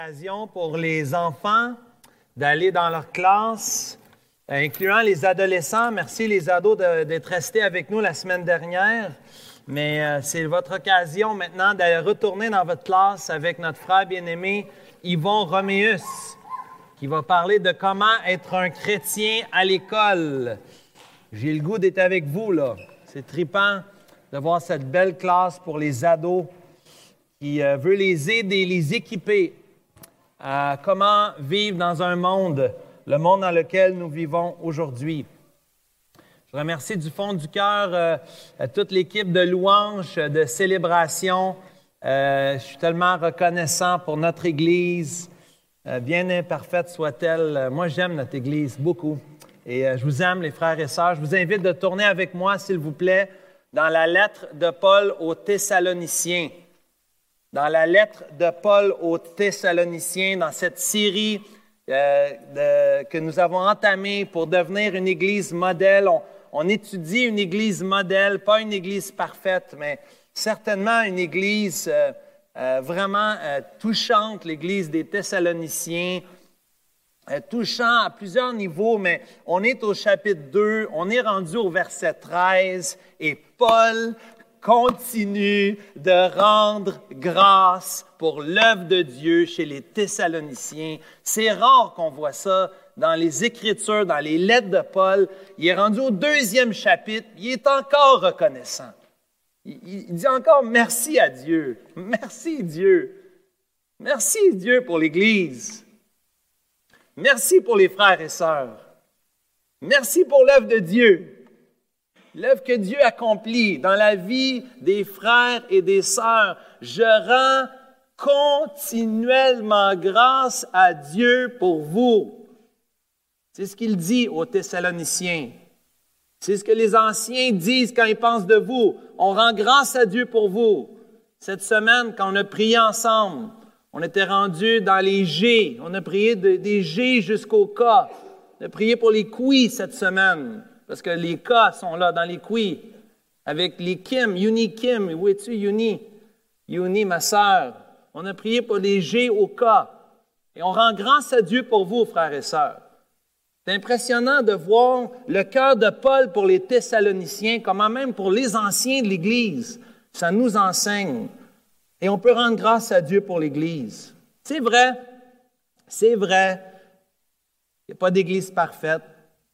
Occasion pour les enfants d'aller dans leur classe, incluant les adolescents. Merci les ados d'être restés avec nous la semaine dernière. Mais c'est votre occasion maintenant d'aller retourner dans votre classe avec notre frère bien-aimé Yvon Roméus, qui va parler de comment être un chrétien à l'école. J'ai le goût d'être avec vous, là. C'est trippant de voir cette belle classe pour les ados qui veut les aider, les équiper à comment vivre dans un monde, le monde dans lequel nous vivons aujourd'hui. Je remercie du fond du cœur toute l'équipe de louanges, de célébration. Je suis tellement reconnaissant pour notre Église, bien imparfaite soit-elle. Moi, j'aime notre Église beaucoup et je vous aime, les frères et sœurs. Je vous invite de tourner avec moi, s'il vous plaît, dans la lettre de Paul aux Thessaloniciens. Dans la lettre de Paul aux Thessaloniciens, dans cette série que nous avons entamée pour devenir une Église modèle. On étudie une Église modèle, pas une Église parfaite, mais certainement une Église vraiment touchante, l'Église des Thessaloniciens, touchant à plusieurs niveaux, mais on est au chapitre 2, on est rendu au verset 13, et Paul continue de rendre grâce pour l'œuvre de Dieu chez les Thessaloniciens. C'est rare qu'on voit ça dans les Écritures, dans les lettres de Paul. Il est rendu au 2e chapitre, il est encore reconnaissant. Il dit encore merci à Dieu. Merci Dieu. Merci Dieu pour l'Église. Merci pour les frères et sœurs. Merci pour l'œuvre de Dieu. L'œuvre que Dieu accomplit dans la vie des frères et des sœurs. Je rends continuellement grâce à Dieu pour vous. C'est ce qu'il dit aux Thessaloniciens. C'est ce que les anciens disent quand ils pensent de vous. On rend grâce à Dieu pour vous. Cette semaine, quand on a prié ensemble, on était rendu dans les G. On a prié des G jusqu'au K. On a prié pour les Qui cette semaine. Parce que les K sont là dans les Qui. Avec les Kim, Yuni Kim. Où es-tu, Yuni? Yuni, ma sœur. On a prié pour les G au K. Et on rend grâce à Dieu pour vous, frères et sœurs. C'est impressionnant de voir le cœur de Paul pour les Thessaloniciens, comment même pour les anciens de l'Église. Ça nous enseigne. Et on peut rendre grâce à Dieu pour l'Église. C'est vrai. Il n'y a pas d'Église parfaite.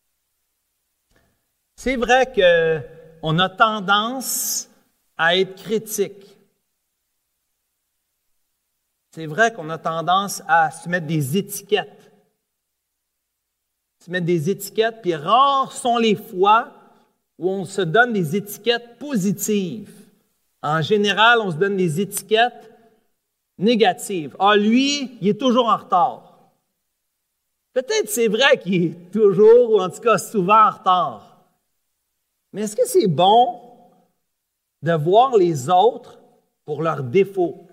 C'est vrai qu'on a tendance à être critique. C'est vrai qu'on a tendance à se mettre des étiquettes. Puis rares sont les fois où on se donne des étiquettes positives. En général, on se donne des étiquettes négatives. Ah, lui, il est toujours en retard. Peut-être c'est vrai qu'il est toujours, ou en tout cas souvent en retard. Mais est-ce que c'est bon de voir les autres pour leurs défauts?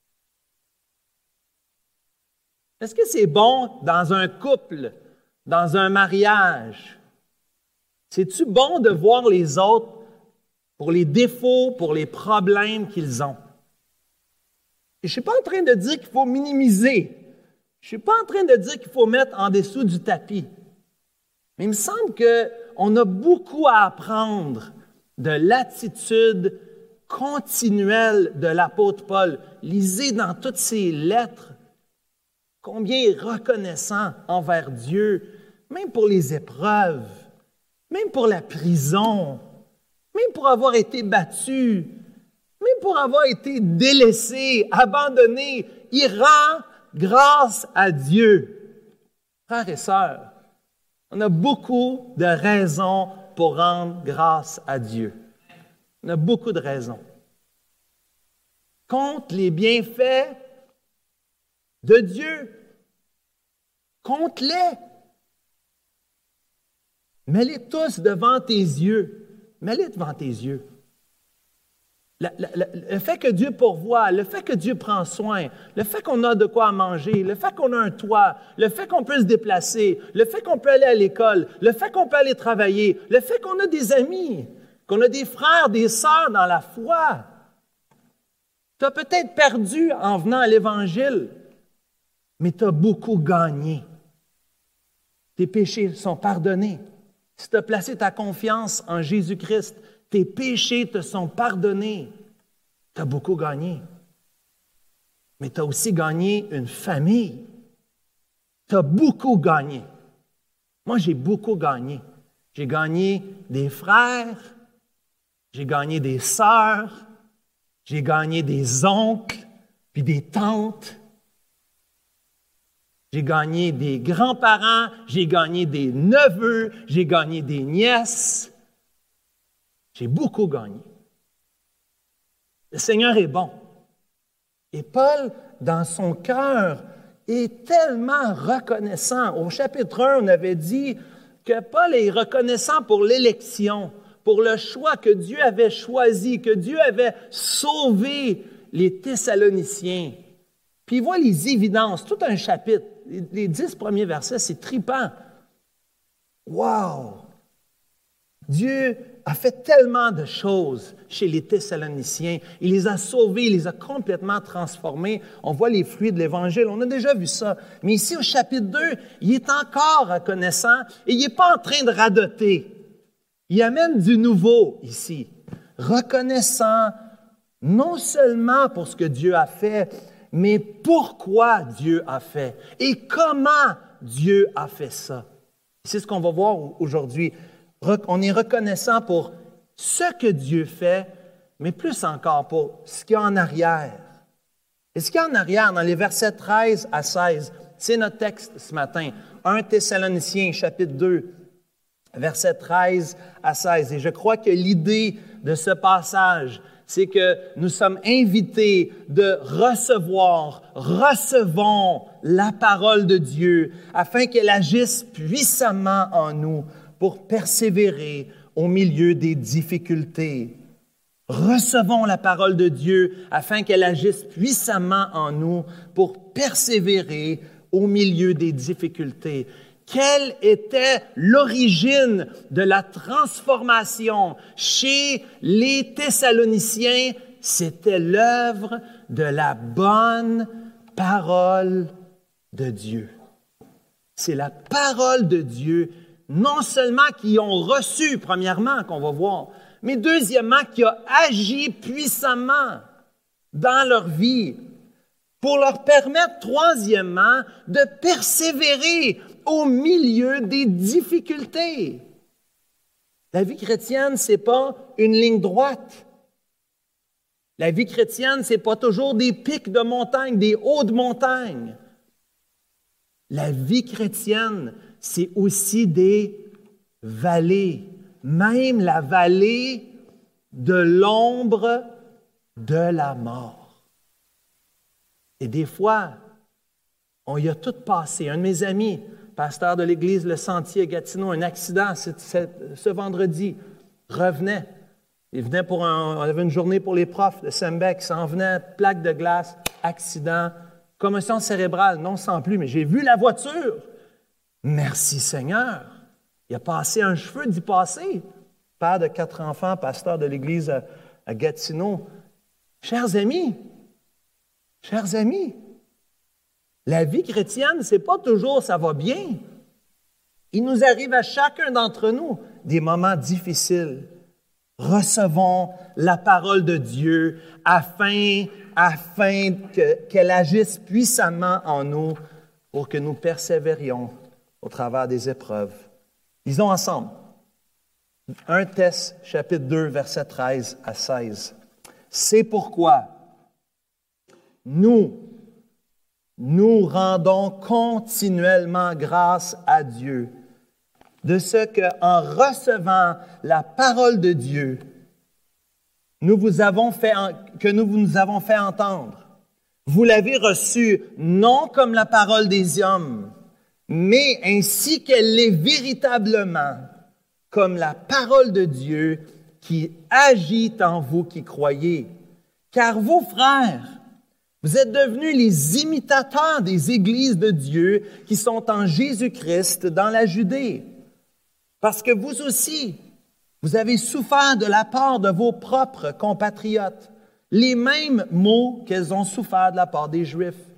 Est-ce que c'est bon dans un couple, dans un mariage? C'est-tu bon de voir les autres pour les défauts, pour les problèmes qu'ils ont? Et je ne suis pas en train de dire qu'il faut minimiser. Je ne suis pas en train de dire qu'il faut mettre en dessous du tapis. Mais il me semble qu'on a beaucoup à apprendre de l'attitude continuelle de l'apôtre Paul. Lisez dans toutes ses lettres combien il est reconnaissant envers Dieu, même pour les épreuves, même pour la prison, même pour avoir été battu, même pour avoir été délaissé, abandonné. Il rend grâce à Dieu. Frères et sœurs, on a beaucoup de raisons pour rendre grâce à Dieu. On a beaucoup de raisons. Compte les bienfaits de Dieu. Compte-les. Mets-les tous devant tes yeux. Mets-les devant tes yeux. Le fait que Dieu pourvoit, le fait que Dieu prend soin, le fait qu'on a de quoi manger, le fait qu'on a un toit, le fait qu'on peut se déplacer, le fait qu'on peut aller à l'école, le fait qu'on peut aller travailler, le fait qu'on a des amis, qu'on a des frères, des sœurs dans la foi. Tu as peut-être perdu en venant à l'Évangile. mais tu as beaucoup gagné. Tes péchés sont pardonnés. Si tu as placé ta confiance en Jésus-Christ, tes péchés te sont pardonnés. Tu as beaucoup gagné. Mais tu as aussi gagné une famille. Tu as beaucoup gagné. Moi, j'ai beaucoup gagné. J'ai gagné des frères, j'ai gagné des sœurs, j'ai gagné des oncles, puis des tantes. J'ai gagné des grands-parents, j'ai gagné des neveux, j'ai gagné des nièces. J'ai beaucoup gagné. Le Seigneur est bon. Et Paul, dans son cœur, est tellement reconnaissant. Au chapitre 1, on avait dit que Paul est reconnaissant pour l'élection, pour le choix que Dieu avait choisi, que Dieu avait sauvé les Thessaloniciens. Puis il voit les évidences, tout un chapitre. Les 10 premiers versets, c'est trippant. Wow! Dieu a fait tellement de choses chez les Thessaloniciens. Il les a sauvés, il les a complètement transformés. On voit les fruits de l'Évangile, on a déjà vu ça. Mais ici, au chapitre 2, il est encore reconnaissant et il n'est pas en train de radoter. Il amène du nouveau ici. Reconnaissant non seulement pour ce que Dieu a fait, mais pourquoi Dieu a fait et comment Dieu a fait ça. C'est ce qu'on va voir aujourd'hui. On est reconnaissant pour ce que Dieu fait, mais plus encore pour ce qu'il y a en arrière. Et ce qu'il y a en arrière, dans les versets 13 à 16, c'est notre texte ce matin. 1 Thessaloniciens, chapitre 2, versets 13 à 16. Et je crois que l'idée de ce passage, c'est que nous sommes invités de recevons la parole de Dieu afin qu'elle agisse puissamment en nous pour persévérer au milieu des difficultés. Recevons la parole de Dieu afin qu'elle agisse puissamment en nous pour persévérer au milieu des difficultés. Quelle était l'origine de la transformation chez les Thessaloniciens? C'était l'œuvre de la bonne parole de Dieu. C'est la parole de Dieu, non seulement qu'ils ont reçu, premièrement, qu'on va voir, mais deuxièmement, qui a agi puissamment dans leur vie pour leur permettre, troisièmement, de persévérer au milieu des difficultés. La vie chrétienne, ce n'est pas une ligne droite. La vie chrétienne, ce n'est pas toujours des pics de montagne, des hauts de montagne. La vie chrétienne, c'est aussi des vallées, même la vallée de l'ombre de la mort. Et des fois, on y a tout passé. Un de mes amis, pasteur de l'église Le Sentier à Gatineau, un accident ce vendredi, revenait. Il venait on avait une journée pour les profs de Sembec, il s'en venait, plaque de glace, accident, commotion cérébrale, non sans plus, mais j'ai vu la voiture. Merci Seigneur. Il a passé un cheveu d'y passer. Père de 4 enfants, pasteur de l'église à Gatineau. Chers amis, la vie chrétienne, c'est pas toujours ça va bien. Il nous arrive à chacun d'entre nous des moments difficiles. Recevons la parole de Dieu afin qu'elle agisse puissamment en nous pour que nous persévérions au travers des épreuves. Lisons ensemble. 1 Thess, chapitre 2, versets 13 à 16. C'est pourquoi nous rendons continuellement grâce à Dieu de ce qu'en recevant la parole de Dieu, que nous vous avons fait entendre. Vous l'avez reçue non comme la parole des hommes, mais ainsi qu'elle l'est véritablement, comme la parole de Dieu qui agit en vous qui croyez. Car vous, frères, vous êtes devenus les imitateurs des églises de Dieu qui sont en Jésus-Christ dans la Judée. Parce que vous aussi, vous avez souffert de la part de vos propres compatriotes, les mêmes maux qu'elles ont souffert de la part des Juifs.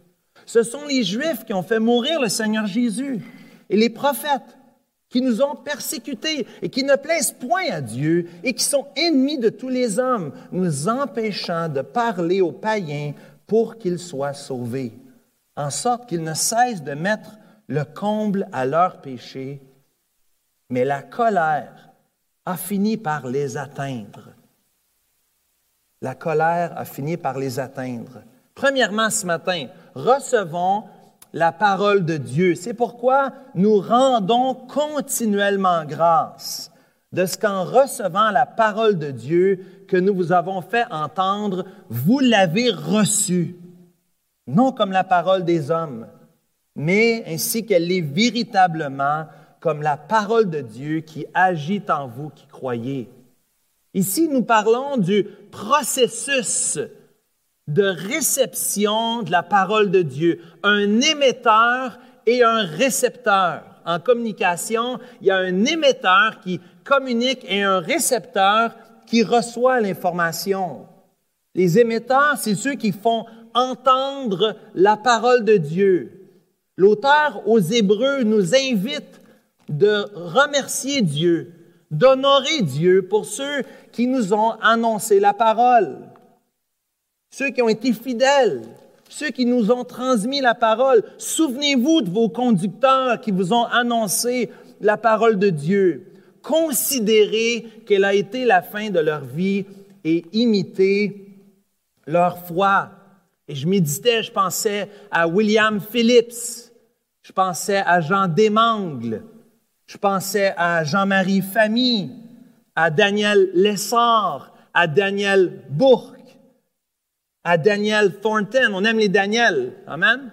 Ce sont les Juifs qui ont fait mourir le Seigneur Jésus et les prophètes qui nous ont persécutés et qui ne plaisent point à Dieu et qui sont ennemis de tous les hommes, nous empêchant de parler aux païens pour qu'ils soient sauvés, en sorte qu'ils ne cessent de mettre le comble à leurs péchés, mais la colère a fini par les atteindre. La colère a fini par les atteindre. Premièrement, ce matin, recevons la parole de Dieu. C'est pourquoi nous rendons continuellement grâce de ce qu'en recevant la parole de Dieu que nous vous avons fait entendre, vous l'avez reçue, non comme la parole des hommes, mais ainsi qu'elle est véritablement comme la parole de Dieu qui agit en vous qui croyez. Ici, nous parlons du processus de réception de la parole de Dieu, un émetteur et un récepteur. En communication, il y a un émetteur qui communique et un récepteur qui reçoit l'information. Les émetteurs, c'est ceux qui font entendre la parole de Dieu. L'auteur aux Hébreux nous invite de remercier Dieu, d'honorer Dieu pour ceux qui nous ont annoncé la parole. Ceux qui ont été fidèles, ceux qui nous ont transmis la parole. Souvenez-vous de vos conducteurs qui vous ont annoncé la parole de Dieu. Considérez quelle a été la fin de leur vie et imitez leur foi. Et je méditais, je pensais à William Phillips, je pensais à Jean Desmangles, je pensais à Jean-Marie Famille, à Daniel Lessard, à Daniel Bourque, à Daniel Thornton. On aime les Daniel. Amen.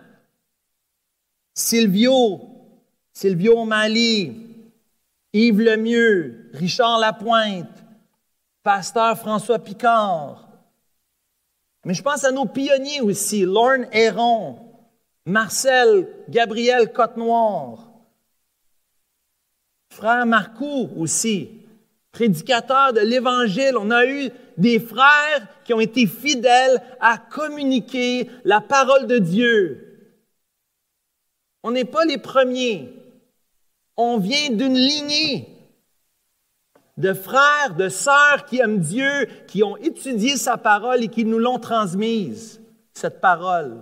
Silvio Mali, Yves Lemieux, Richard Lapointe, pasteur François Picard. Mais je pense à nos pionniers aussi, Lorne Héron, Marcel Gabriel Côte-Noire, frère Marcoux aussi, prédicateur de l'Évangile. On a eu des frères qui ont été fidèles à communiquer la parole de Dieu. On n'est pas les premiers. On vient d'une lignée de frères, de sœurs qui aiment Dieu, qui ont étudié sa parole et qui nous l'ont transmise, cette parole.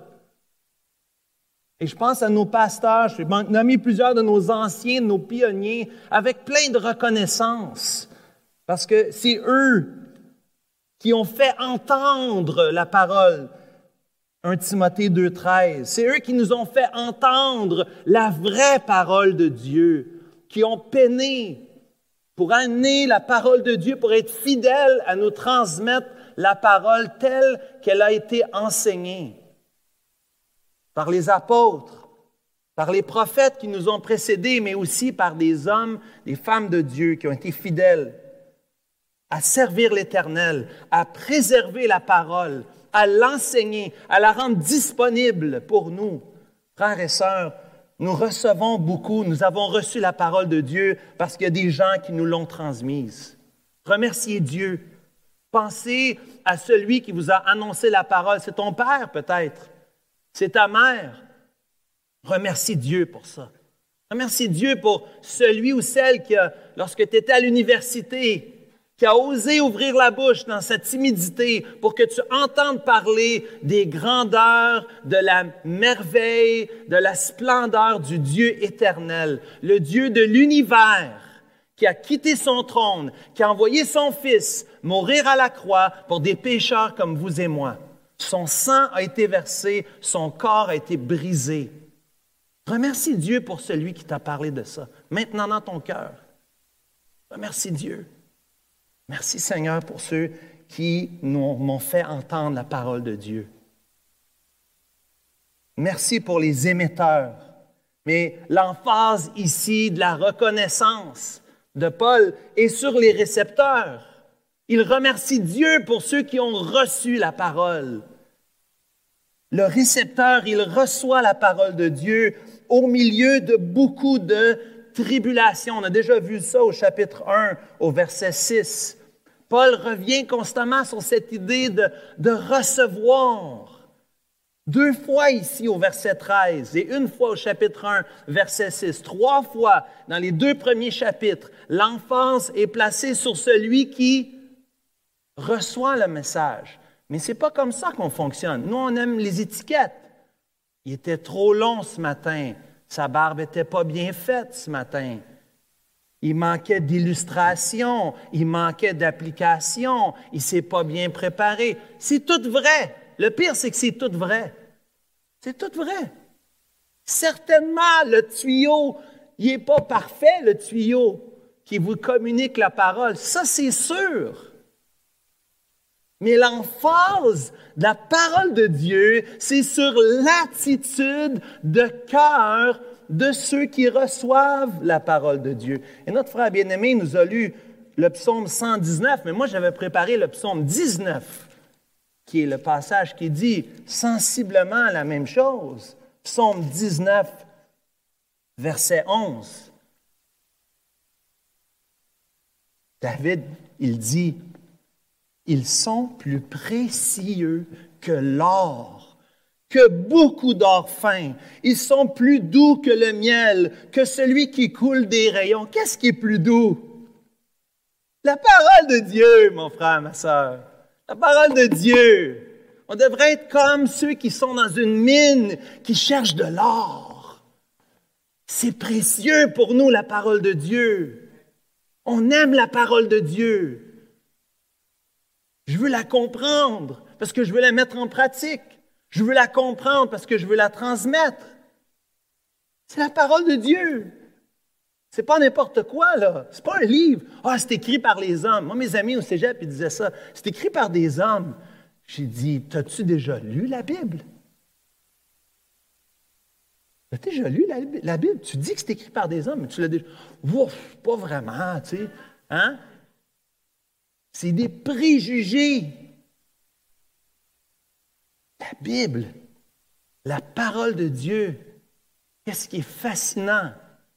Et je pense à nos pasteurs, je vais nommer plusieurs de nos anciens, de nos pionniers, avec plein de reconnaissance, parce que c'est eux qui ont fait entendre la parole. 1 Timothée 2,13. C'est eux qui nous ont fait entendre la vraie parole de Dieu, qui ont peiné pour amener la parole de Dieu, pour être fidèles à nous transmettre la parole telle qu'elle a été enseignée par les apôtres, par les prophètes qui nous ont précédés, mais aussi par des hommes, des femmes de Dieu qui ont été fidèles à servir l'Éternel, à préserver la parole, à l'enseigner, à la rendre disponible pour nous. Frères et sœurs, nous recevons beaucoup, nous avons reçu la parole de Dieu parce qu'il y a des gens qui nous l'ont transmise. Remerciez Dieu. Pensez à celui qui vous a annoncé la parole. C'est ton père peut-être, c'est ta mère. Remercie Dieu pour ça. Remercie Dieu pour celui ou celle qui, lorsque tu étais à l'université, qui a osé ouvrir la bouche dans sa timidité pour que tu entendes parler des grandeurs, de la merveille, de la splendeur du Dieu éternel, le Dieu de l'univers, qui a quitté son trône, qui a envoyé son Fils mourir à la croix pour des pécheurs comme vous et moi. Son sang a été versé, son corps a été brisé. Remercie Dieu pour celui qui t'a parlé de ça, maintenant dans ton cœur. Remercie Dieu. Merci Seigneur pour ceux qui m'ont fait entendre la parole de Dieu. Merci pour les émetteurs. Mais l'emphase ici de la reconnaissance de Paul est sur les récepteurs. Il remercie Dieu pour ceux qui ont reçu la parole. Le récepteur, il reçoit la parole de Dieu au milieu de beaucoup de tribulation. On a déjà vu ça au chapitre 1, au verset 6. Paul revient constamment sur cette idée de recevoir. 2 fois ici au verset 13 et 1 fois au chapitre 1, verset 6. 3 fois dans les 2 premiers chapitres, l'emphase est placée sur celui qui reçoit le message. Mais ce n'est pas comme ça qu'on fonctionne. Nous, on aime les étiquettes. Il était trop long ce matin. Sa barbe n'était pas bien faite ce matin. Il manquait d'illustration, il manquait d'application, il ne s'est pas bien préparé. C'est tout vrai. Le pire, c'est que c'est tout vrai. C'est tout vrai. Certainement, le tuyau, il n'est pas parfait, le tuyau qui vous communique la parole. Ça, c'est sûr. Mais l'emphase de la parole de Dieu, c'est sur l'attitude de cœur de ceux qui reçoivent la parole de Dieu. Et notre frère bien-aimé nous a lu le psaume 119, mais moi j'avais préparé le psaume 19, qui est le passage qui dit sensiblement la même chose. Psaume 19, verset 11. David, il dit, « Ils sont plus précieux que l'or, que beaucoup d'or fin. Ils sont plus doux que le miel, que celui qui coule des rayons. » Qu'est-ce qui est plus doux? La parole de Dieu, mon frère, ma sœur. La parole de Dieu. On devrait être comme ceux qui sont dans une mine, qui cherchent de l'or. C'est précieux pour nous, la parole de Dieu. On aime la parole de Dieu. Je veux la comprendre parce que je veux la mettre en pratique. Je veux la comprendre parce que je veux la transmettre. C'est la parole de Dieu. C'est pas n'importe quoi, là. C'est pas un livre. Ah, c'est écrit par les hommes. Moi, mes amis au cégep, ils disaient ça. C'est écrit par des hommes. J'ai dit, t'as-tu déjà lu la Bible? T'as déjà lu la Bible? Tu dis que c'est écrit par des hommes, mais tu l'as déjà... Ouf, pas vraiment, tu sais. Hein? C'est des préjugés. La Bible, la parole de Dieu, qu'est-ce qui est fascinant?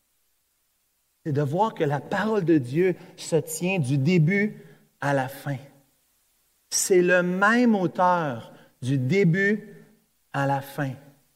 C'est de voir que la parole de Dieu se tient du début à la fin. C'est le même auteur du début à la fin.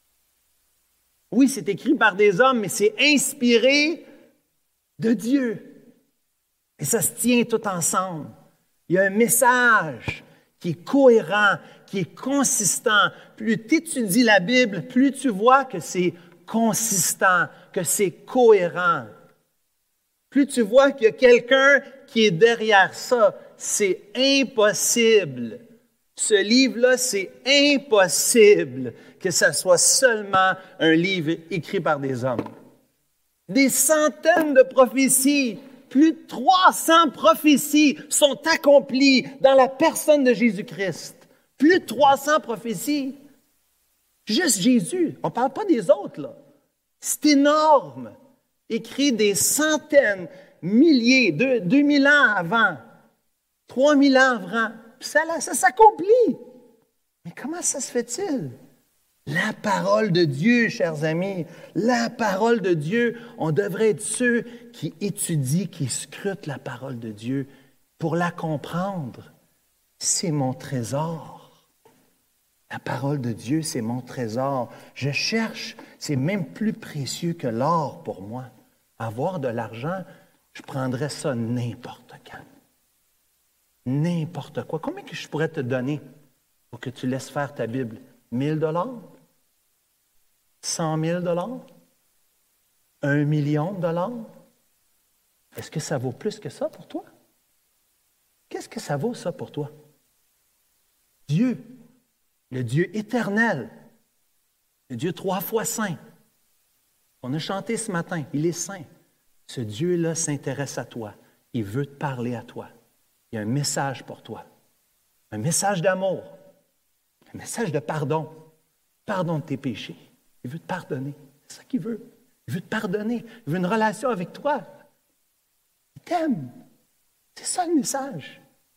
Oui, c'est écrit par des hommes, mais c'est inspiré de Dieu. Et ça se tient tout ensemble. Il y a un message qui est cohérent, qui est consistant. Plus tu étudies la Bible, plus tu vois que c'est consistant, que c'est cohérent. Plus tu vois qu'il y a quelqu'un qui est derrière ça. C'est impossible. Ce livre-là, c'est impossible que ce soit seulement un livre écrit par des hommes. Des centaines de prophéties. Plus de 300 prophéties sont accomplies dans la personne de Jésus-Christ. Plus de 300 prophéties. Juste Jésus. On ne parle pas des autres, là. C'est énorme. Écrit des centaines, milliers, 2000 ans avant, 3000 ans avant. Puis ça s'accomplit. Mais comment ça se fait-il? La parole de Dieu, chers amis, la parole de Dieu, on devrait être ceux qui étudient, qui scrutent la parole de Dieu pour la comprendre. C'est mon trésor. La parole de Dieu, c'est mon trésor. Je cherche, c'est même plus précieux que l'or pour moi. Avoir de l'argent, je prendrais ça n'importe quand. N'importe quoi. Combien que je pourrais te donner pour que tu laisses faire ta Bible? 1 000 $? 100 000 $? 1 million de $? Est-ce que ça vaut plus que ça pour toi? Qu'est-ce que ça vaut, ça, pour toi? Dieu, le Dieu éternel, le Dieu 3 fois saint. On a chanté ce matin, il est saint. Ce Dieu-là s'intéresse à toi. Il veut te parler à toi. Il y a un message pour toi. Un message d'amour. Un message de pardon. Pardon de tes péchés. Il veut te pardonner. C'est ça qu'il veut. Il veut te pardonner. Il veut une relation avec toi. Il t'aime. C'est ça le message.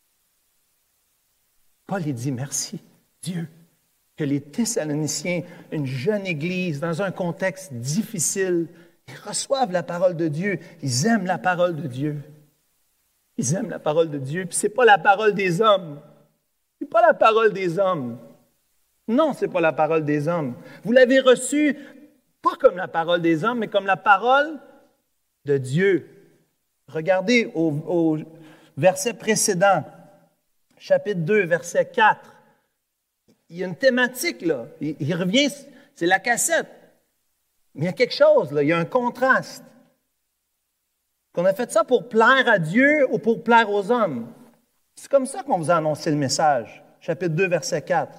Paul, il dit merci, Dieu, que les Thessaloniciens, une jeune église, dans un contexte difficile, ils reçoivent la parole de Dieu. Ils aiment la parole de Dieu. Ils aiment la parole de Dieu. Puis ce n'est pas la parole des hommes. Ce n'est pas la parole des hommes. Non, ce n'est pas la parole des hommes. Vous l'avez reçue, pas comme la parole des hommes, mais comme la parole de Dieu. Regardez au verset précédent, chapitre 2, verset 4. Il y a une thématique, là. Il revient, c'est la cassette. Mais il y a quelque chose, là. Il y a un contraste. Qu'on a fait ça pour plaire à Dieu ou pour plaire aux hommes. C'est comme ça qu'on vous a annoncé le message. Chapitre 2, verset 4.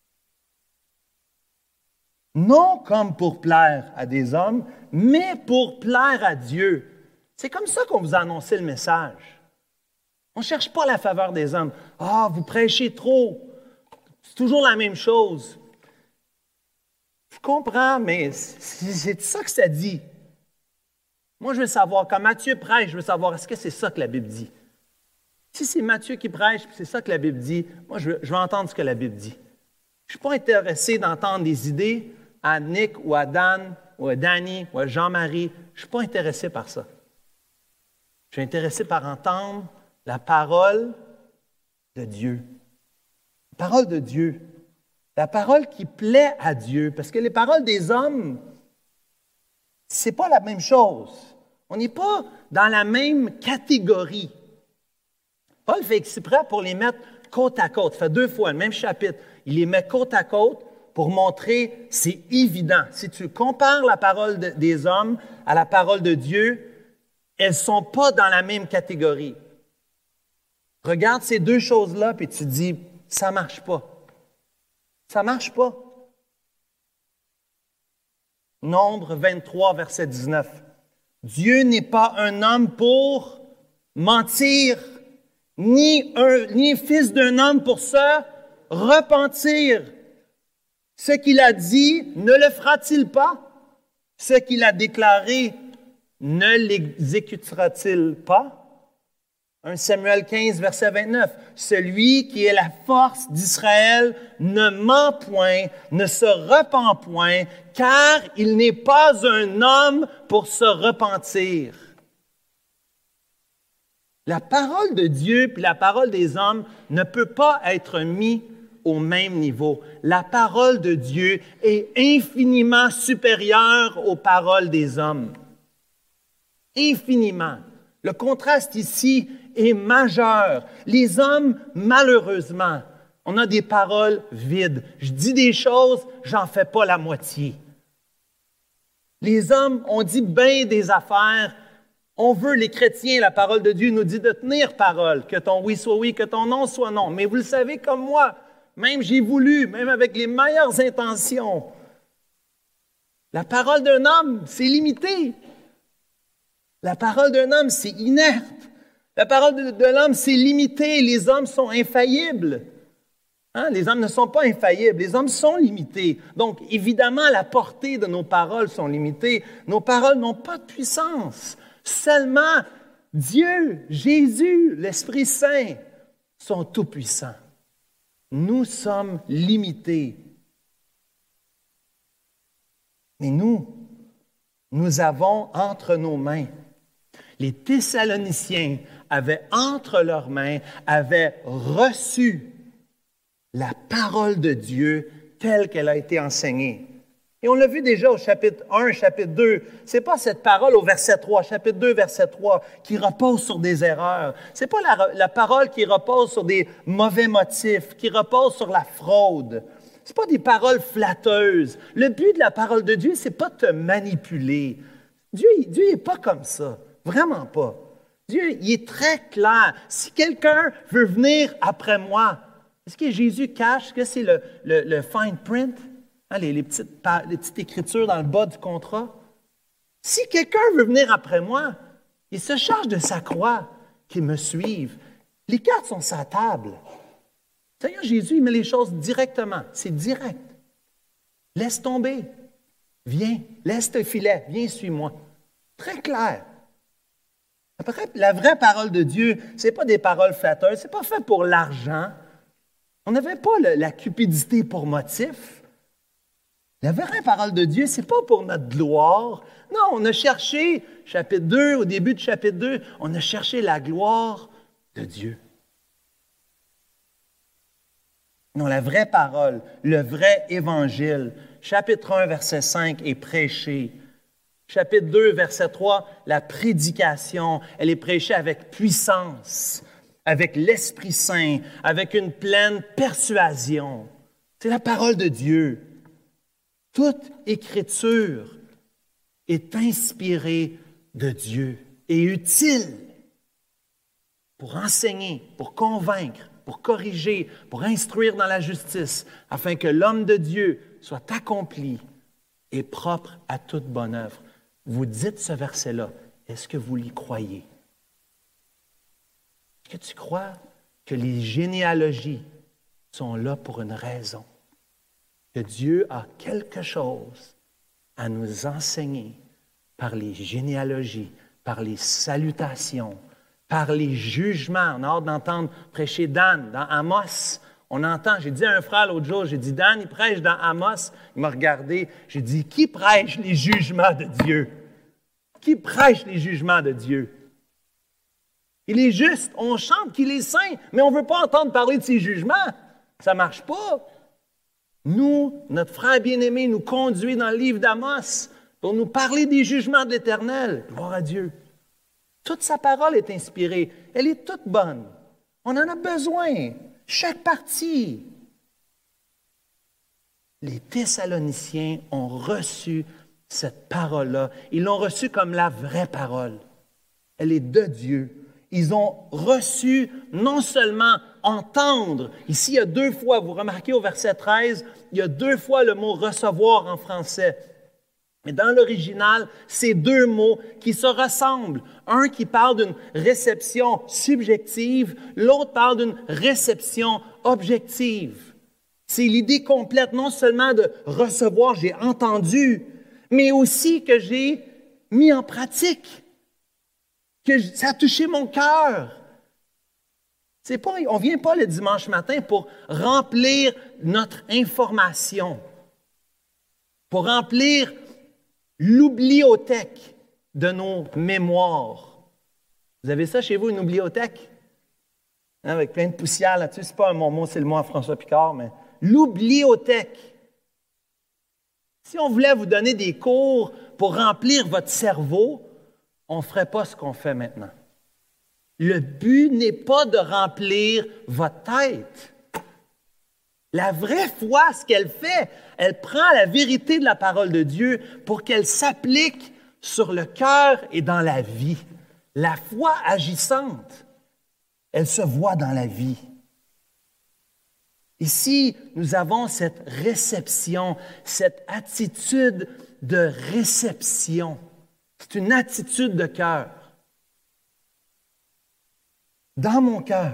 Non comme pour plaire à des hommes, mais pour plaire à Dieu. C'est comme ça qu'on vous a annoncé le message. On ne cherche pas la faveur des hommes. « Ah, vous prêchez trop. C'est toujours la même chose. » Je comprends, mais c'est ça que ça dit. Moi, je veux savoir, quand Matthieu prêche, je veux savoir, est-ce que c'est ça que la Bible dit? Si c'est Matthieu qui prêche, puis c'est ça que la Bible dit, moi, je veux entendre ce que la Bible dit. Je ne suis pas intéressé d'entendre des idées à Nick ou à Dan ou à Danny ou à Jean-Marie. Je ne suis pas intéressé par ça. Je suis intéressé par entendre la parole de Dieu. La parole de Dieu. La parole qui plaît à Dieu. Parce que les paroles des hommes, ce n'est pas la même chose. On n'est pas dans la même catégorie. Paul fait exprès pour les mettre côte à côte. Il fait 2 fois le même chapitre. Il les met côte à côte pour montrer, c'est évident. Si tu compares la parole des hommes à la parole de Dieu, elles ne sont pas dans la même catégorie. Regarde ces 2 choses-là, puis tu te dis, ça ne marche pas. Ça ne marche pas. Nombre 23, verset 19. Dieu n'est pas un homme pour mentir, ni fils d'un homme pour se repentir. Ce qu'il a dit, ne le fera-t-il pas? Ce qu'il a déclaré, ne l'exécutera-t-il pas? 1 Samuel 15, verset 29. Celui qui est la force d'Israël ne ment point, ne se repent point, car il n'est pas un homme pour se repentir. La parole de Dieu puis la parole des hommes ne peut pas être mis au même niveau. La parole de Dieu est infiniment supérieure aux paroles des hommes. Infiniment. Le contraste ici est majeur. Les hommes, malheureusement, on a des paroles vides. Je dis des choses, j'en fais pas la moitié. Les hommes, on dit bien des affaires. On veut, les chrétiens, la parole de Dieu nous dit de tenir parole, que ton oui soit oui, que ton non soit non. Mais vous le savez comme moi, même j'ai voulu, même avec les meilleures intentions. La parole d'un homme, c'est limité. La parole d'un homme, c'est inerte. La parole de l'homme, c'est limité. Les hommes sont infaillibles. Hein? Les hommes ne sont pas infaillibles. Les hommes sont limités. Donc, évidemment, la portée de nos paroles sont limitées. Nos paroles n'ont pas de puissance. Seulement Dieu, Jésus, l'Esprit Saint sont tout-puissants. Nous sommes limités. Mais nous avons entre nos mains. Les Thessaloniciens avaient entre leurs mains, avaient reçu la parole de Dieu telle qu'elle a été enseignée. Et on l'a vu déjà au chapitre 1, chapitre 2. Ce n'est pas cette parole au verset 3, chapitre 2, verset 3, qui repose sur des erreurs. Ce n'est pas la parole qui repose sur des mauvais motifs, qui repose sur la fraude. Ce n'est pas des paroles flatteuses. Le but de la parole de Dieu, ce n'est pas de te manipuler. Dieu n'est pas comme ça. Vraiment pas. Dieu, il est très clair. Si quelqu'un veut venir après moi, est-ce que Jésus cache que c'est le fine print? Hein, les petites écritures dans le bas du contrat? Si quelqu'un veut venir après moi, il se charge de sa croix, qu'il me suive. Les cartes sont sur la table. Seigneur Jésus, il met les choses directement. C'est direct. Laisse tomber. Viens, laisse tes filets. Viens, suis-moi. Très clair. Après, la vraie parole de Dieu, ce n'est pas des paroles flatteuses. Ce n'est pas fait pour l'argent. On n'avait pas la cupidité pour motif. La vraie parole de Dieu, ce n'est pas pour notre gloire. Non, on a cherché, chapitre 2, au début de chapitre 2, on a cherché la gloire de Dieu. Non, la vraie parole, le vrai évangile. Chapitre 1, verset 5 est prêché. Chapitre 2, verset 3, la prédication, elle est prêchée avec puissance, avec l'Esprit Saint, avec une pleine persuasion. C'est la parole de Dieu. Toute écriture est inspirée de Dieu et utile pour enseigner, pour convaincre, pour corriger, pour instruire dans la justice, afin que l'homme de Dieu soit accompli et propre à toute bonne œuvre. Vous dites ce verset-là, est-ce que vous l'y croyez? Est-ce que tu crois que les généalogies sont là pour une raison? Que Dieu a quelque chose à nous enseigner par les généalogies, par les salutations, par les jugements. On a hâte d'entendre prêcher Dan dans Amos. On entend, j'ai dit à un frère l'autre jour, j'ai dit, Dan, il prêche dans Amos. Il m'a regardé, j'ai dit, qui prêche les jugements de Dieu? Qui prêche les jugements de Dieu? Il est juste, on chante qu'il est saint, mais on ne veut pas entendre parler de ses jugements. Ça ne marche pas. Nous, notre frère bien-aimé nous conduit dans le livre d'Amos pour nous parler des jugements de l'Éternel. Gloire à Dieu. Toute sa parole est inspirée. Elle est toute bonne. On en a besoin. Chaque partie. Les Thessaloniciens ont reçu cette parole-là. Ils l'ont reçue comme la vraie parole. Elle est de Dieu. Ils ont reçu non seulement entendre. Ici, il y a 2 fois, vous remarquez au verset 13, il y a 2 fois le mot « recevoir » en français. Mais dans l'original, c'est 2 mots qui se ressemblent. Un qui parle d'une réception subjective, l'autre parle d'une réception objective. C'est l'idée complète, non seulement de recevoir, j'ai entendu, mais aussi que j'ai mis en pratique, que ça a touché mon cœur. On ne vient pas le dimanche matin pour remplir notre information, pour remplir l'oubliothèque de nos mémoires. Vous avez ça chez vous, une oubliothèque? Hein, avec plein de poussière là-dessus. Ce n'est pas mon mot, c'est le mot à François Picard, mais l'oubliothèque. Si on voulait vous donner des cours pour remplir votre cerveau, on ne ferait pas ce qu'on fait maintenant. Le but n'est pas de remplir votre tête. La vraie foi, ce qu'elle fait, elle prend la vérité de la parole de Dieu pour qu'elle s'applique sur le cœur et dans la vie. La foi agissante, elle se voit dans la vie. Ici, nous avons cette réception, cette attitude de réception. C'est une attitude de cœur. Dans mon cœur,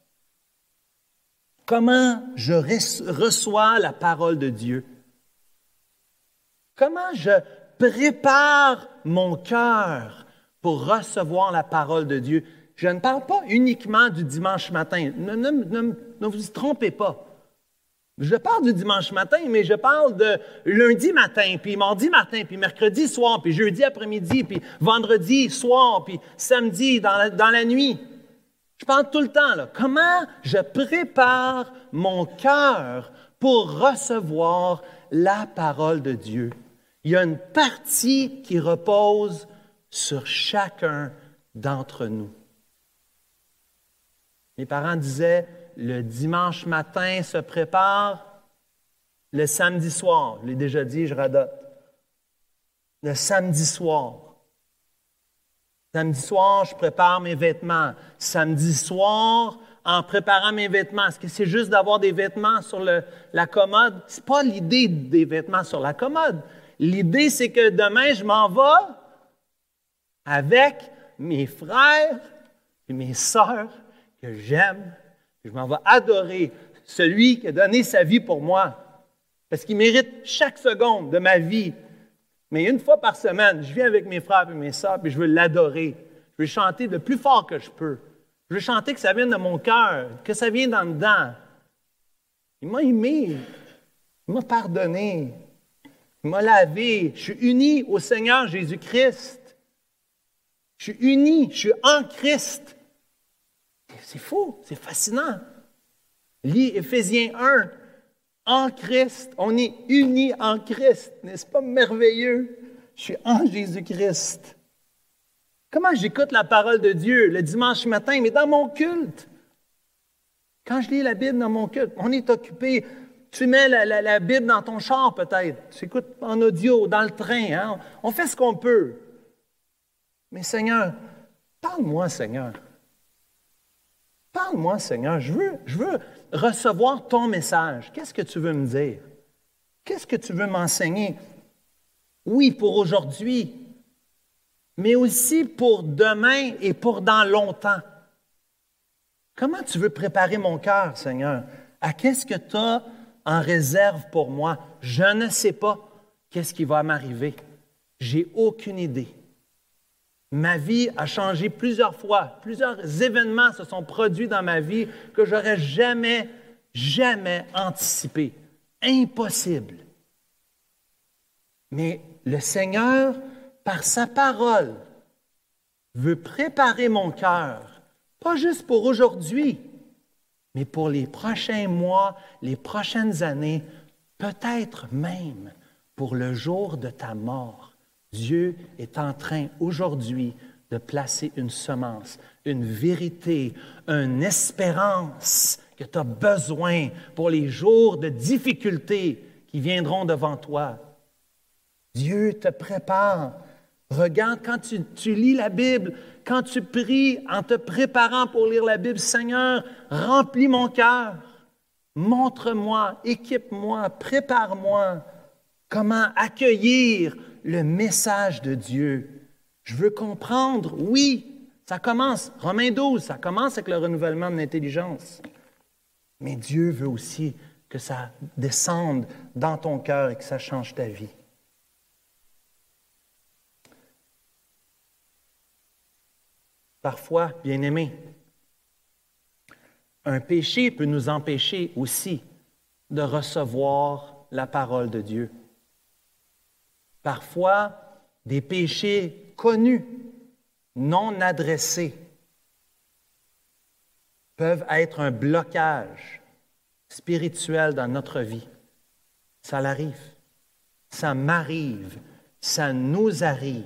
comment je reçois la parole de Dieu? Comment je prépare mon cœur pour recevoir la parole de Dieu? Je ne parle pas uniquement du dimanche matin. Ne vous y trompez pas. Je parle du dimanche matin, mais je parle de lundi matin, puis mardi matin, puis mercredi soir, puis jeudi après-midi, puis vendredi soir, puis samedi dans la nuit. Je parle tout le temps, là. Comment je prépare mon cœur pour recevoir la parole de Dieu? Il y a une partie qui repose sur chacun d'entre nous. Mes parents disaient, le dimanche matin se prépare, le samedi soir. Je l'ai déjà dit, je radote. Le samedi soir. Samedi soir, je prépare mes vêtements. Samedi soir, en préparant mes vêtements, est-ce que c'est juste d'avoir des vêtements sur la commode? Ce n'est pas l'idée des vêtements sur la commode. L'idée, c'est que demain, je m'en vais avec mes frères et mes sœurs que j'aime. Je m'en vais adorer celui qui a donné sa vie pour moi. Parce qu'il mérite chaque seconde de ma vie. Mais une fois par semaine, je viens avec mes frères et mes sœurs, puis je veux l'adorer. Je veux chanter le plus fort que je peux. Je veux chanter que ça vienne de mon cœur, que ça vienne d'en dedans. Il m'a aimé. Il m'a pardonné. Il m'a lavé. Je suis uni au Seigneur Jésus-Christ. Je suis uni. Je suis en Christ. C'est fou. C'est fascinant. Lis Éphésiens 1. En Christ, on est unis en Christ. N'est-ce pas merveilleux? Je suis en Jésus-Christ. Comment j'écoute la parole de Dieu le dimanche matin, mais dans mon culte? Quand je lis la Bible dans mon culte, on est occupé. Tu mets la Bible dans ton char peut-être. Tu écoutes en audio, dans le train. Hein? On fait ce qu'on peut. Mais Seigneur, parle-moi, Seigneur. Parle-moi, Seigneur. Je veux recevoir ton message. Qu'est-ce que tu veux me dire? Qu'est-ce que tu veux m'enseigner? Oui, pour aujourd'hui, mais aussi pour demain et pour dans longtemps. Comment tu veux préparer mon cœur, Seigneur? À qu'est-ce que tu as en réserve pour moi? Je ne sais pas qu'est-ce qui va m'arriver. J'ai aucune idée. Ma vie a changé plusieurs fois. Plusieurs événements se sont produits dans ma vie que j'aurais jamais anticipé. Impossible. Mais le Seigneur, par sa parole, veut préparer mon cœur, pas juste pour aujourd'hui, mais pour les prochains mois, les prochaines années, peut-être même pour le jour de ta mort. Dieu est en train aujourd'hui de placer une semence, une vérité, une espérance que tu as besoin pour les jours de difficulté qui viendront devant toi. Dieu te prépare. Regarde, quand tu lis la Bible, quand tu pries en te préparant pour lire la Bible, Seigneur, remplis mon cœur, montre-moi, équipe-moi, prépare-moi comment accueillir le message de Dieu. Je veux comprendre, oui, ça commence, Romains 12, ça commence avec le renouvellement de l'intelligence. Mais Dieu veut aussi que ça descende dans ton cœur et que ça change ta vie. Parfois, bien-aimés, un péché peut nous empêcher aussi de recevoir la parole de Dieu. Parfois, des péchés connus, non adressés, peuvent être un blocage spirituel dans notre vie. Ça l'arrive, ça m'arrive, ça nous arrive.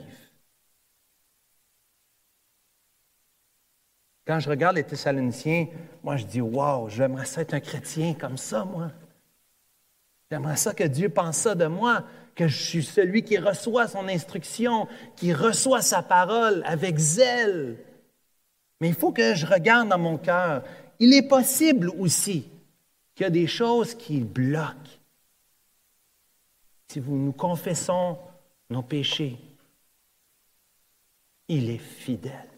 Quand je regarde les Thessaloniciens, moi je dis « Wow, j'aimerais ça être un chrétien comme ça, moi. J'aimerais ça que Dieu pense ça de moi, que je suis celui qui reçoit son instruction, qui reçoit sa parole avec zèle. Mais il faut que je regarde dans mon cœur. Il est possible aussi qu'il y a des choses qui bloquent. Si nous confessons nos péchés, il est fidèle,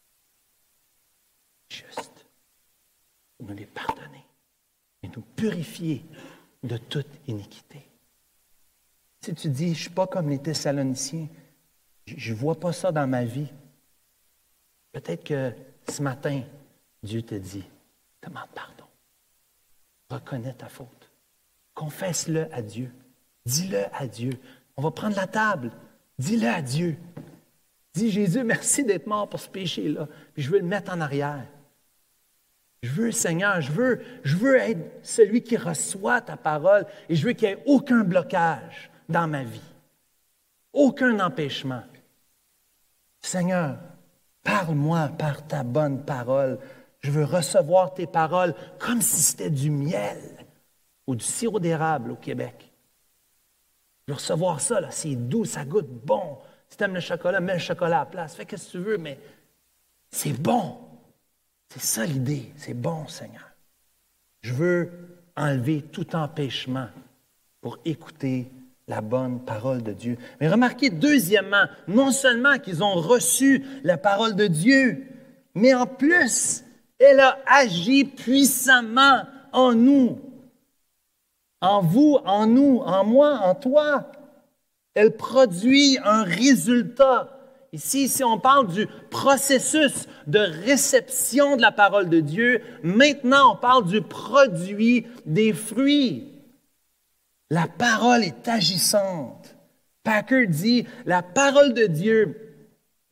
juste, pour nous les pardonner et nous purifier de toute iniquité. Si tu dis, je ne suis pas comme les Thessaloniciens, je ne vois pas ça dans ma vie, peut-être que ce matin, Dieu te dit, demande pardon. Reconnais ta faute. Confesse-le à Dieu. Dis-le à Dieu. On va prendre la table. Dis-le à Dieu. Dis, Jésus, merci d'être mort pour ce péché-là, puis je veux le mettre en arrière. Je veux, Seigneur, je veux être celui qui reçoit ta parole et je veux qu'il n'y ait aucun blocage dans ma vie. Aucun empêchement. Seigneur, parle-moi par ta bonne parole. Je veux recevoir tes paroles comme si c'était du miel ou du sirop d'érable au Québec. Je veux recevoir ça, là, c'est doux, ça goûte bon. Si tu aimes le chocolat, mets le chocolat à la place. Fais ce que tu veux, mais c'est bon. C'est ça l'idée. C'est bon, Seigneur. Je veux enlever tout empêchement pour écouter la bonne parole de Dieu. Mais remarquez, deuxièmement, non seulement qu'ils ont reçu la parole de Dieu, mais en plus, elle a agi puissamment en nous, en vous, en nous, en moi, en toi. Elle produit un résultat. Ici, on parle du processus de réception de la parole de Dieu. Maintenant, on parle du produit des fruits. La parole est agissante. Packer dit, la parole de Dieu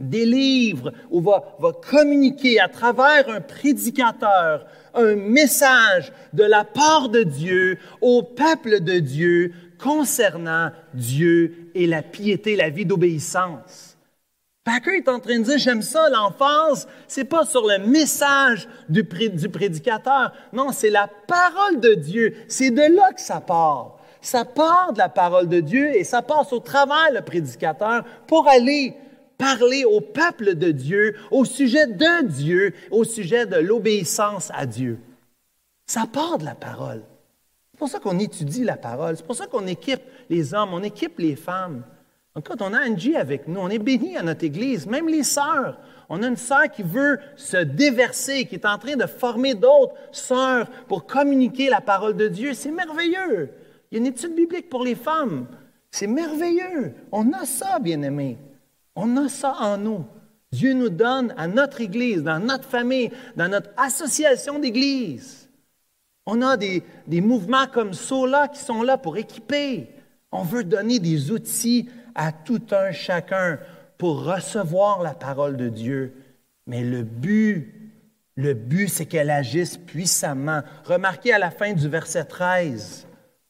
délivre ou va communiquer à travers un prédicateur un message de la part de Dieu au peuple de Dieu concernant Dieu et la piété, la vie d'obéissance. Packer est en train de dire, j'aime ça, l'emphase, c'est pas sur le message du prédicateur. Non, c'est la parole de Dieu. C'est de là que ça part. Ça part de la parole de Dieu et ça passe au travers le prédicateur pour aller parler au peuple de Dieu, au sujet de Dieu, au sujet de l'obéissance à Dieu. Ça part de la parole. C'est pour ça qu'on étudie la parole. C'est pour ça qu'on équipe les hommes, on équipe les femmes. Donc, quand on a Angie avec nous, on est bénis à notre Église, même les sœurs. On a une sœur qui veut se déverser, qui est en train de former d'autres sœurs pour communiquer la parole de Dieu. C'est merveilleux. Il y a une étude biblique pour les femmes. C'est merveilleux. On a ça, bien-aimés. On a ça en nous. Dieu nous donne à notre Église, dans notre famille, dans notre association d'Église. On a des mouvements comme Sola qui sont là pour équiper. On veut donner des outils à tout un chacun pour recevoir la parole de Dieu. Mais le but, c'est qu'elle agisse puissamment. Remarquez à la fin du verset 13,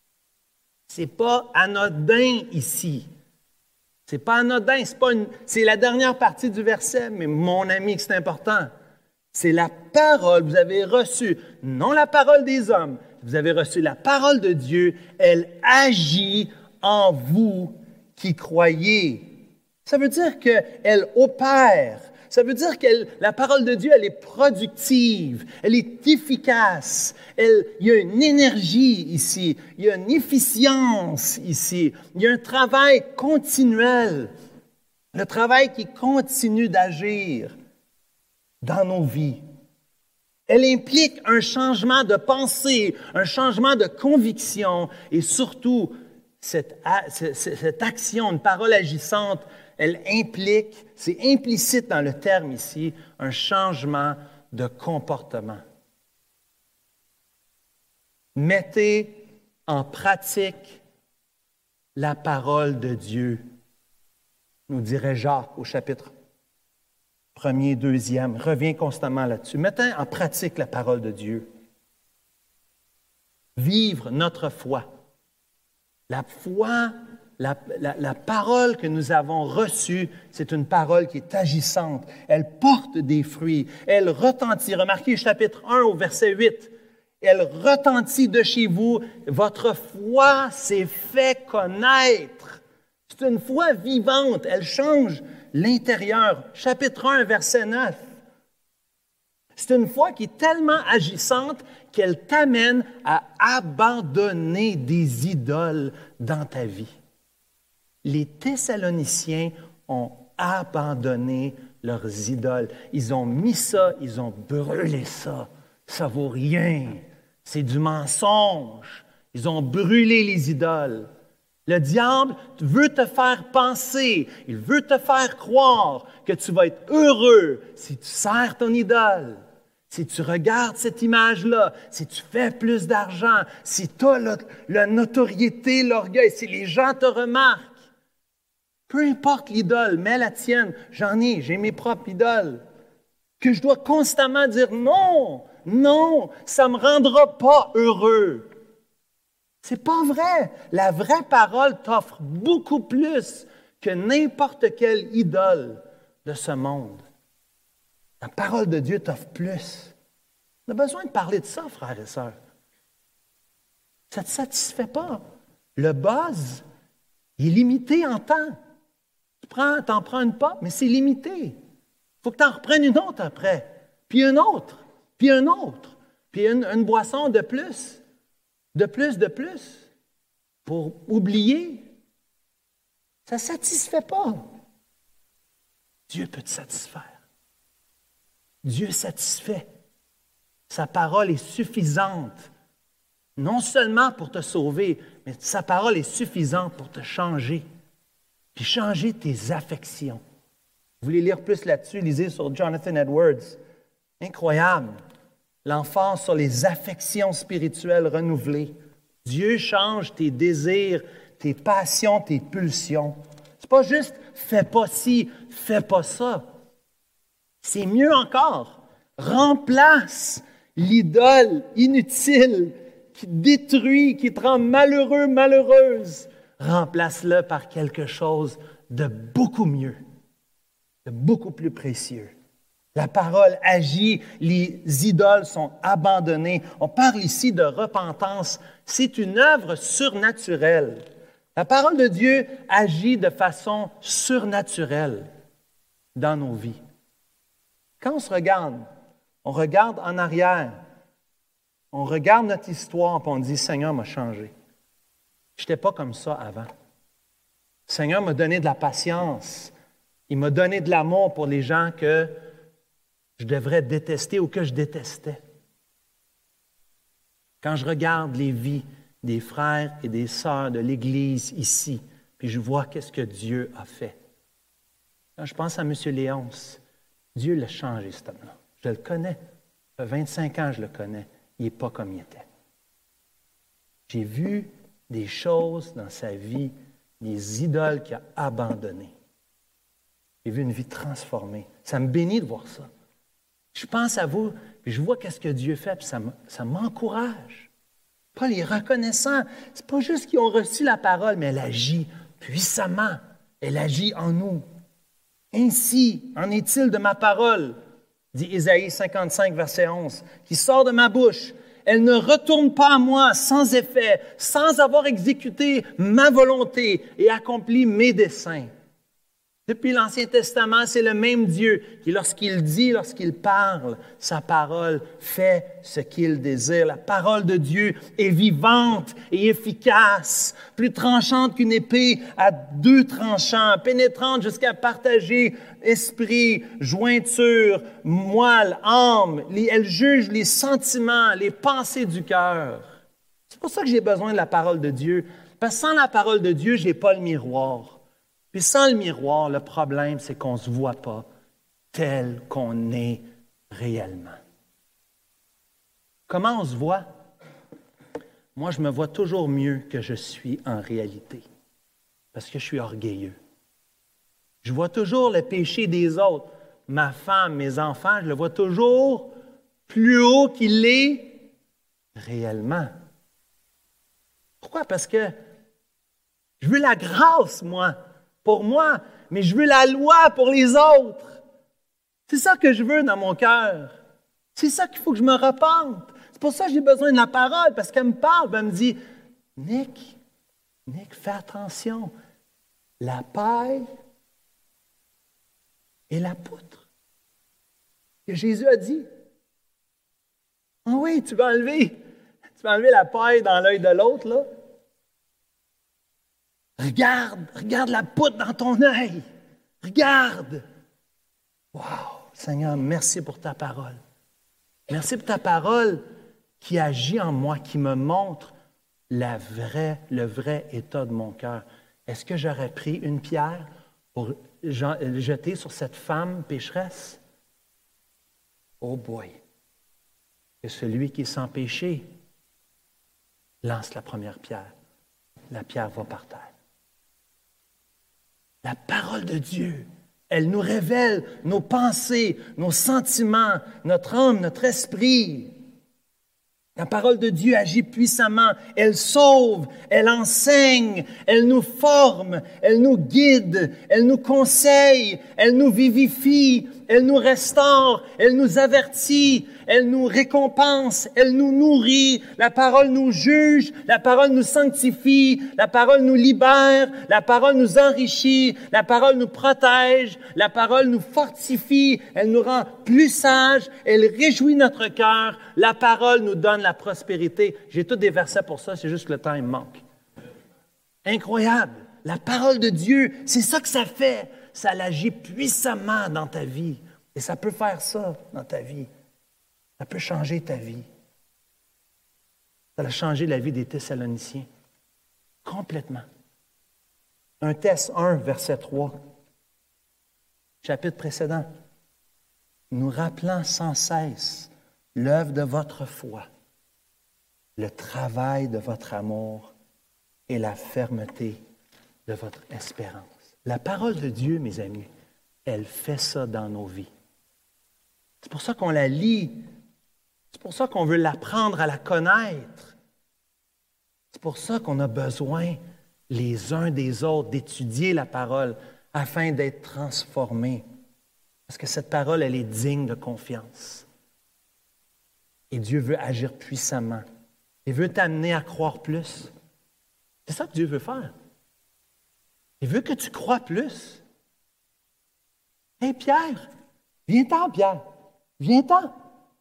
c'est pas anodin ici. C'est pas anodin, c'est la dernière partie du verset, mais mon ami, c'est important. C'est la parole, vous avez reçu, non la parole des hommes, vous avez reçu la parole de Dieu, elle agit en vous qui croyez. Ça veut dire qu'elle opère. Ça veut dire que la parole de Dieu, elle est productive, elle est efficace. Il y a une énergie ici, il y a une efficience ici, il y a un travail continuel, le travail qui continue d'agir dans nos vies. Elle implique un changement de pensée, un changement de conviction et surtout, cette action, une parole agissante, elle implique, c'est implicite dans le terme ici, un changement de comportement. Mettez en pratique la parole de Dieu, nous dirait Jacques au chapitre 1er, 2e. Revient constamment là-dessus. Mettez en pratique la parole de Dieu. Vivre notre foi. La foi, la parole que nous avons reçue, c'est une parole qui est agissante. Elle porte des fruits. Elle retentit. Remarquez chapitre 1 au verset 8. Elle retentit de chez vous. Votre foi s'est fait connaître. C'est une foi vivante. Elle change l'intérieur. Chapitre 1, verset 9. C'est une foi qui est tellement agissante qu'elle t'amène à abandonner des idoles dans ta vie. Les Thessaloniciens ont abandonné leurs idoles. Ils ont mis ça, ils ont brûlé ça. Ça vaut rien. C'est du mensonge. Ils ont brûlé les idoles. Le diable veut te faire penser, il veut te faire croire que tu vas être heureux si tu sers ton idole. Si tu regardes cette image-là, si tu fais plus d'argent, si tu as la notoriété, l'orgueil, si les gens te remarquent, peu importe l'idole, mets la tienne, j'ai mes propres idoles, que je dois constamment dire non, ça ne me rendra pas heureux. C'est pas vrai. La vraie parole t'offre beaucoup plus que n'importe quelle idole de ce monde. La parole de Dieu t'offre plus. On a besoin de parler de ça, frères et sœurs. Ça ne te satisfait pas. Le buzz, il est limité en temps. T'en prends une pop, mais c'est limité. Il faut que tu en reprennes une autre après, puis une autre, puis une autre, puis une boisson de plus, pour oublier. Ça ne satisfait pas. Dieu peut te satisfaire. Dieu satisfait. Sa parole est suffisante, non seulement pour te sauver, mais sa parole est suffisante pour te changer, puis changer tes affections. Vous voulez lire plus là-dessus, lisez sur Jonathan Edwards. Incroyable. L'emphase sur les affections spirituelles renouvelées. Dieu change tes désirs, tes passions, tes pulsions. C'est pas juste fais pas ci, fais pas ça. C'est mieux encore. Remplace l'idole inutile qui détruit, qui te rend malheureux, malheureuse. Remplace-le par quelque chose de beaucoup mieux, de beaucoup plus précieux. La parole agit, les idoles sont abandonnées. On parle ici de repentance. C'est une œuvre surnaturelle. La parole de Dieu agit de façon surnaturelle dans nos vies. Quand on regarde en arrière, on regarde notre histoire et on dit « Seigneur m'a changé. Je n'étais pas comme ça avant. Le Seigneur m'a donné de la patience. Il m'a donné de l'amour pour les gens que je devrais détester ou que je détestais. » Quand je regarde les vies des frères et des sœurs de l'Église ici, puis je vois qu'est-ce que Dieu a fait. Quand je pense à M. Léonce, Dieu l'a changé, cet homme-là. Je le connais. Ça fait 25 ans que je le connais. Il n'est pas comme il était. J'ai vu des choses dans sa vie, des idoles qu'il a abandonnées. J'ai vu une vie transformée. Ça me bénit de voir ça. Je pense à vous, puis je vois qu'est-ce que Dieu fait, puis ça m'encourage. Paul est reconnaissant. C'est pas juste qu'ils ont reçu la parole, mais elle agit puissamment. Elle agit en nous. Ainsi en est-il de ma parole, dit Ésaïe 55, verset 11, qui sort de ma bouche. Elle ne retourne pas à moi sans effet, sans avoir exécuté ma volonté et accompli mes desseins. Depuis l'Ancien Testament, c'est le même Dieu qui, lorsqu'il dit, lorsqu'il parle, sa parole fait ce qu'il désire. La parole de Dieu est vivante et efficace, plus tranchante qu'une épée à 2 tranchants, pénétrante jusqu'à partager esprit, jointure, moelle, âme. Elle juge les sentiments, les pensées du cœur. C'est pour ça que j'ai besoin de la parole de Dieu. Parce que sans la parole de Dieu, je n'ai pas le miroir. Puis sans le miroir, le problème, c'est qu'on ne se voit pas tel qu'on est réellement. Comment on se voit? Moi, je me vois toujours mieux que je suis en réalité, parce que je suis orgueilleux. Je vois toujours le péché des autres. Ma femme, mes enfants, je le vois toujours plus haut qu'il est réellement. Pourquoi? Parce que je veux la grâce, moi, pour moi, mais je veux la loi pour les autres. C'est ça que je veux dans mon cœur. C'est ça qu'il faut que je me repente. C'est pour ça que j'ai besoin de la parole, parce qu'elle me parle, elle me dit, Nick, fais attention. La paille et la poutre. Que Jésus a dit. Ah oui, tu vas enlever la paille dans l'œil de l'autre, là. Regarde la poutre dans ton œil. Regarde. Wow, Seigneur, merci pour ta parole. Merci pour ta parole qui agit en moi, qui me montre le vrai état de mon cœur. Est-ce que j'aurais pris une pierre pour jeter sur cette femme pécheresse? Oh boy! Que celui qui est sans péché lance la première pierre. La pierre va par terre. La parole de Dieu, elle nous révèle nos pensées, nos sentiments, notre âme, notre esprit. La parole de Dieu agit puissamment. Elle sauve, elle enseigne, elle nous forme, elle nous guide, elle nous conseille, elle nous vivifie, elle nous restaure, elle nous avertit, elle nous récompense, elle nous nourrit. La parole nous juge, la parole nous sanctifie, la parole nous libère, la parole nous enrichit, la parole nous protège, la parole nous fortifie, elle nous rend plus sages, elle réjouit notre cœur. La parole nous donne la prospérité. J'ai tous des versets pour ça, c'est juste que le temps il me manque. Incroyable. La parole de Dieu, c'est ça que ça fait. Ça agit puissamment dans ta vie. Et ça peut faire ça dans ta vie. Ça peut changer ta vie. Ça a changé la vie des Thessaloniciens. Complètement. 1 Thess 1, verset 3. Chapitre précédent. Nous rappelant sans cesse l'œuvre de votre foi, le travail de votre amour et la fermeté de votre espérance. La parole de Dieu, mes amis, elle fait ça dans nos vies. C'est pour ça qu'on la lit. C'est pour ça qu'on veut l'apprendre à la connaître. C'est pour ça qu'on a besoin les uns des autres d'étudier la parole afin d'être transformés. Parce que cette parole, elle est digne de confiance. Et Dieu veut agir puissamment. Il veut t'amener à croire plus. C'est ça que Dieu veut faire. Il veut que tu crois plus. Hé, Pierre, viens-t'en, Pierre. Viens-t'en.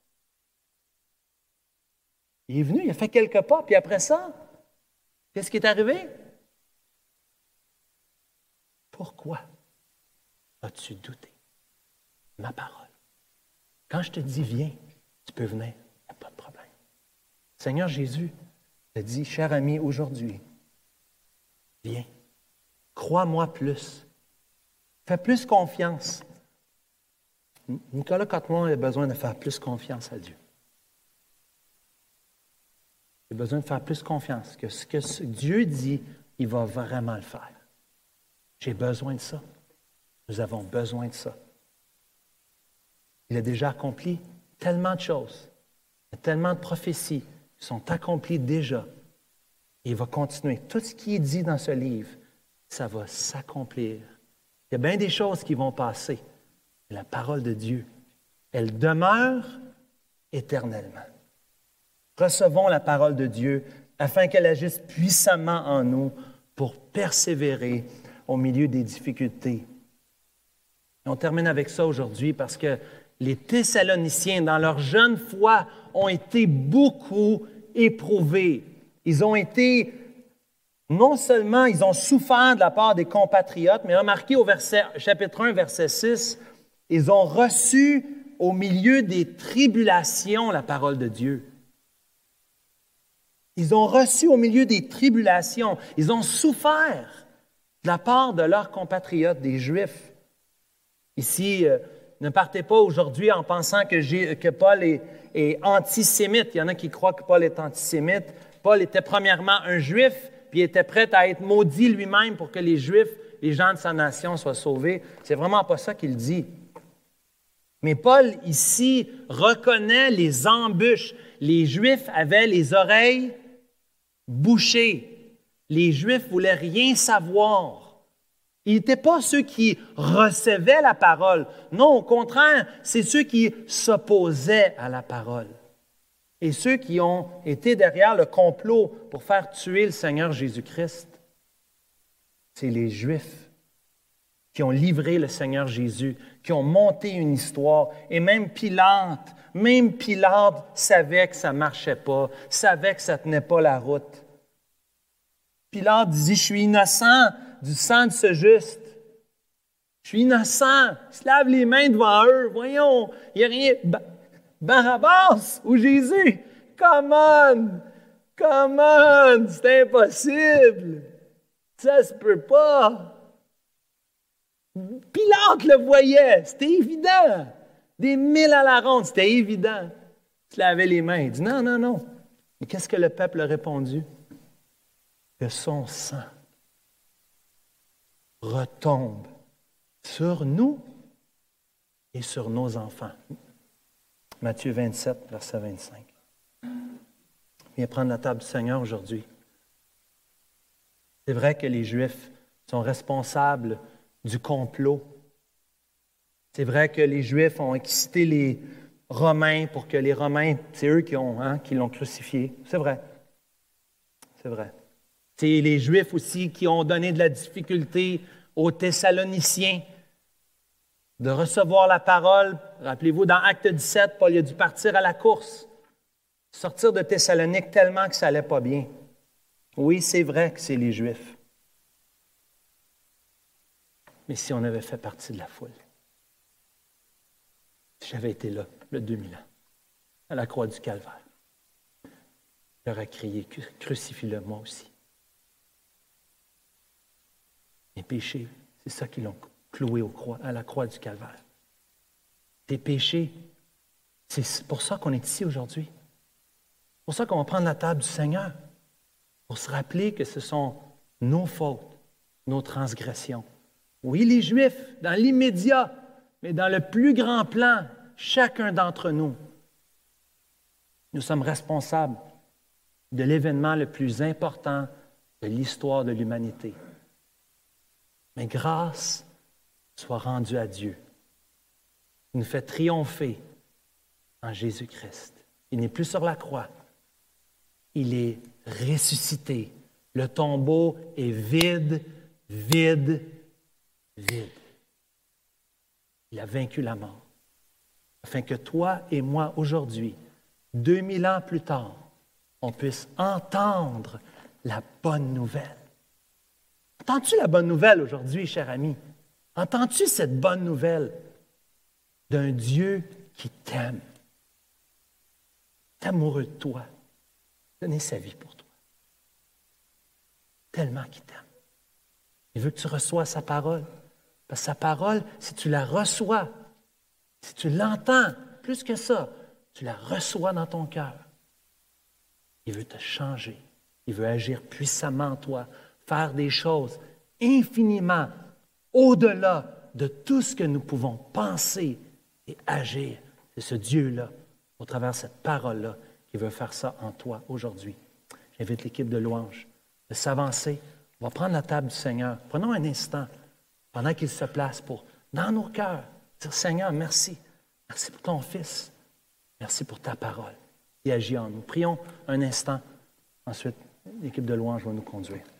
Il est venu, il a fait quelques pas, puis après ça, qu'est-ce qui est arrivé? Pourquoi as-tu douté de ma parole? Quand je te dis viens, tu peux venir, il n'y a pas de problème. Seigneur Jésus te dit, cher ami, aujourd'hui, viens, crois-moi plus, fais plus confiance. Nicolas Cotton a besoin de faire plus confiance à Dieu. Il a besoin de faire plus confiance que ce que Dieu dit, il va vraiment le faire. J'ai besoin de ça. Nous avons besoin de ça. Il a déjà accompli tellement de choses. Il y a tellement de prophéties qui sont accomplies déjà. Et il va continuer. Tout ce qui est dit dans ce livre, ça va s'accomplir. Il y a bien des choses qui vont passer. Mais la parole de Dieu, elle demeure éternellement. Recevons la parole de Dieu afin qu'elle agisse puissamment en nous pour persévérer au milieu des difficultés. Et on termine avec ça aujourd'hui parce que les Thessaloniciens, dans leur jeune foi, ont été beaucoup éprouvés. Ils ont été, non seulement ils ont souffert de la part des compatriotes, mais remarquez au chapitre 1, verset 6, ils ont reçu au milieu des tribulations la parole de Dieu. Ils ont reçu au milieu des tribulations. Ils ont souffert de la part de leurs compatriotes, des Juifs. Ici, ne partez pas aujourd'hui en pensant que Paul est antisémite. Il y en a qui croient que Paul est antisémite. Paul était premièrement un Juif, puis il était prêt à être maudit lui-même pour que les Juifs, les gens de sa nation, soient sauvés. C'est vraiment pas ça qu'il dit. Mais Paul, ici, reconnaît les embûches. Les Juifs avaient les oreilles bouchées. Les Juifs ne voulaient rien savoir. Ils n'étaient pas ceux qui recevaient la parole. Non, au contraire, c'est ceux qui s'opposaient à la parole. Et ceux qui ont été derrière le complot pour faire tuer le Seigneur Jésus-Christ, c'est les Juifs qui ont livré le Seigneur Jésus, qui ont monté une histoire. Et même Pilate savait que ça ne marchait pas, savait que ça ne tenait pas la route. Pilate disait, je suis innocent du sang de ce juste. Je suis innocent. Il se lave les mains devant eux. Voyons, il n'y a rien. Barabbas ou Jésus? Come on, c'est impossible. Ça se peut pas. Pilate le voyait, c'était évident. Des mille à la ronde, c'était évident. Il se lavait les mains. Il dit non. Et qu'est-ce que le peuple a répondu? Que son sang retombe sur nous et sur nos enfants. Matthieu 27, verset 25. Viens prendre la table du Seigneur aujourd'hui. C'est vrai que les Juifs sont responsables du complot. C'est vrai que les Juifs ont excité les Romains pour que les Romains, c'est eux qui l'ont crucifié. C'est vrai. C'est vrai. C'est les Juifs aussi qui ont donné de la difficulté aux Thessaloniciens de recevoir la parole. Rappelez-vous, dans Acte 17, Paul a dû partir à la course, sortir de Thessalonique tellement que ça n'allait pas bien. Oui, c'est vrai que c'est les Juifs. Mais si on avait fait partie de la foule, si j'avais été là, le 2000 ans, à la croix du Calvaire, j'aurais crié, crucifie-le moi aussi. Mes péchés, c'est ça qu'ils l'ont cloué à la croix du Calvaire. Tes péchés, c'est pour ça qu'on est ici aujourd'hui. C'est pour ça qu'on va prendre la table du Seigneur, pour se rappeler que ce sont nos fautes, nos transgressions, Oui, les Juifs, dans l'immédiat, mais dans le plus grand plan, chacun d'entre nous, nous sommes responsables de l'événement le plus important de l'histoire de l'humanité. Mais grâce soit rendue à Dieu. Il nous fait triompher en Jésus-Christ. Il n'est plus sur la croix. Il est ressuscité. Le tombeau est vide, vide, vide. Il a vaincu la mort. Afin que toi et moi, aujourd'hui, 2000 ans plus tard, on puisse entendre la bonne nouvelle. Entends-tu la bonne nouvelle aujourd'hui, cher ami? Entends-tu cette bonne nouvelle d'un Dieu qui t'aime, amoureux de toi, donner sa vie pour toi, tellement qu'il t'aime. Il veut que tu reçoives sa parole. Parce que sa parole, si tu la reçois, si tu l'entends, plus que ça, tu la reçois dans ton cœur. Il veut te changer. Il veut agir puissamment en toi, faire des choses infiniment au-delà de tout ce que nous pouvons penser et agir. C'est ce Dieu-là, au travers de cette parole-là, qui veut faire ça en toi aujourd'hui. J'invite l'équipe de louange de s'avancer. On va prendre la table du Seigneur. Prenons un instant pendant qu'il se place pour, dans nos cœurs, dire Seigneur, merci. Merci pour ton Fils. Merci pour ta parole qui agit en nous. Prions un instant. Ensuite, l'équipe de louange va nous conduire.